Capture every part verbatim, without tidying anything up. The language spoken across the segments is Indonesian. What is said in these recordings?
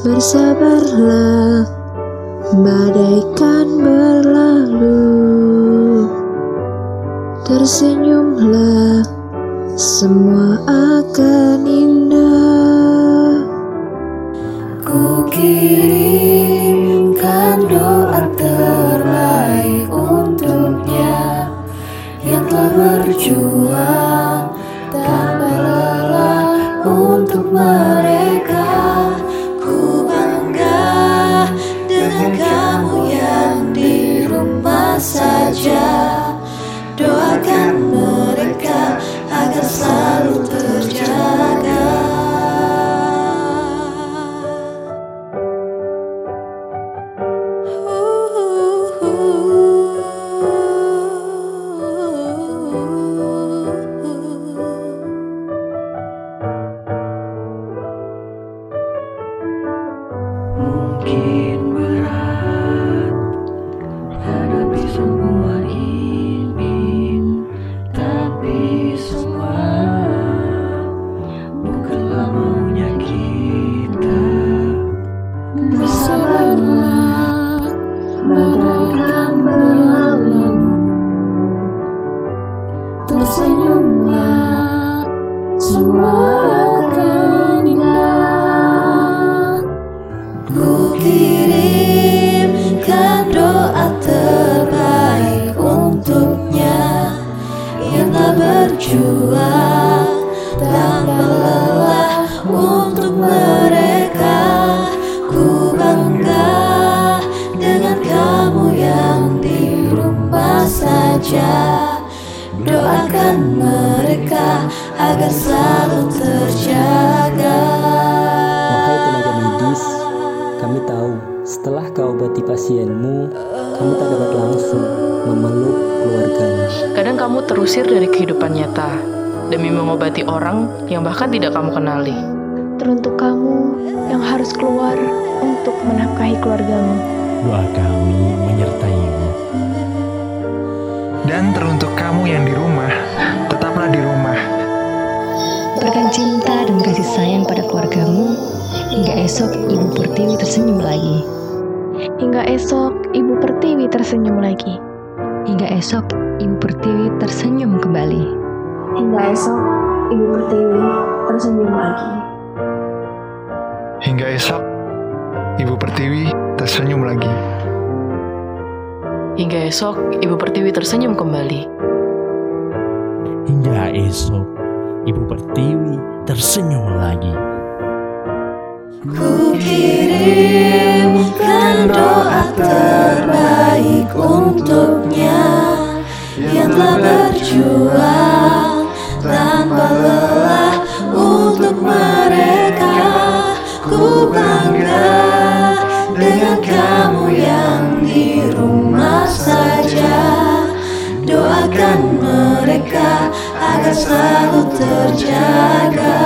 Bersabarlah, badai kan berlalu. Tersenyumlah, semua akan indah. Ku kirimkan doa terbaik untuknya yang telah berjuang tanpa lelah untuk mereka. Ku bangga dengan kamu yang di rumah saja. Doakan mereka agar selalu terjaga. Mungkin berat hadapi semua ini, tapi semua bukanlah maunya kita. Bersabarlah, bagaikan berlalu. Tersenyumlah, semua akan indah. Ku kirimkan doa terbaik untuknya yang telah berjuang tanpa lelah untuk mereka. Ku bangga dengan kamu yang di rumah saja. Doakan mereka agar selalu terjaga. Wahai tenaga medis, kami tahu setelah kau obati pasienmu, kamu tak dapat langsung memeluk keluargamu. Kadang kamu terusir dari kehidupan nyata demi mengobati orang yang bahkan tidak kamu kenali. Teruntuk kamu yang harus keluar untuk menafkahi keluargamu. Doa kami menyertaimu. Dan teruntuk kamu yang di rumah, tetaplah di rumah. Berikan cinta dan kasih sayang pada keluargamu hingga esok Ibu Pertiwi tersenyum lagi. Hingga esok Ibu Pertiwi tersenyum lagi. Hingga esok Ibu Pertiwi tersenyum kembali. Hingga esok Ibu Pertiwi tersenyum lagi. Hingga esok Ibu Pertiwi tersenyum lagi. Hingga esok Ibu Pertiwi tersenyum kembali. Hingga esok Ibu Pertiwi tersenyum lagi. Ku kirimkan doa terbaik untuknya yang telah berjuang tanpa lelah untuk mereka. Ku bangga dengan kamu yang di rumah saja. Doakan mereka agar selalu terjaga.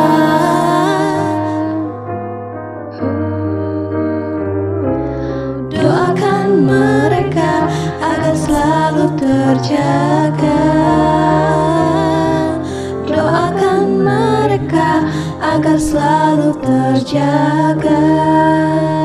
Doakan mereka agar selalu terjaga. Doakan mereka agar selalu terjaga.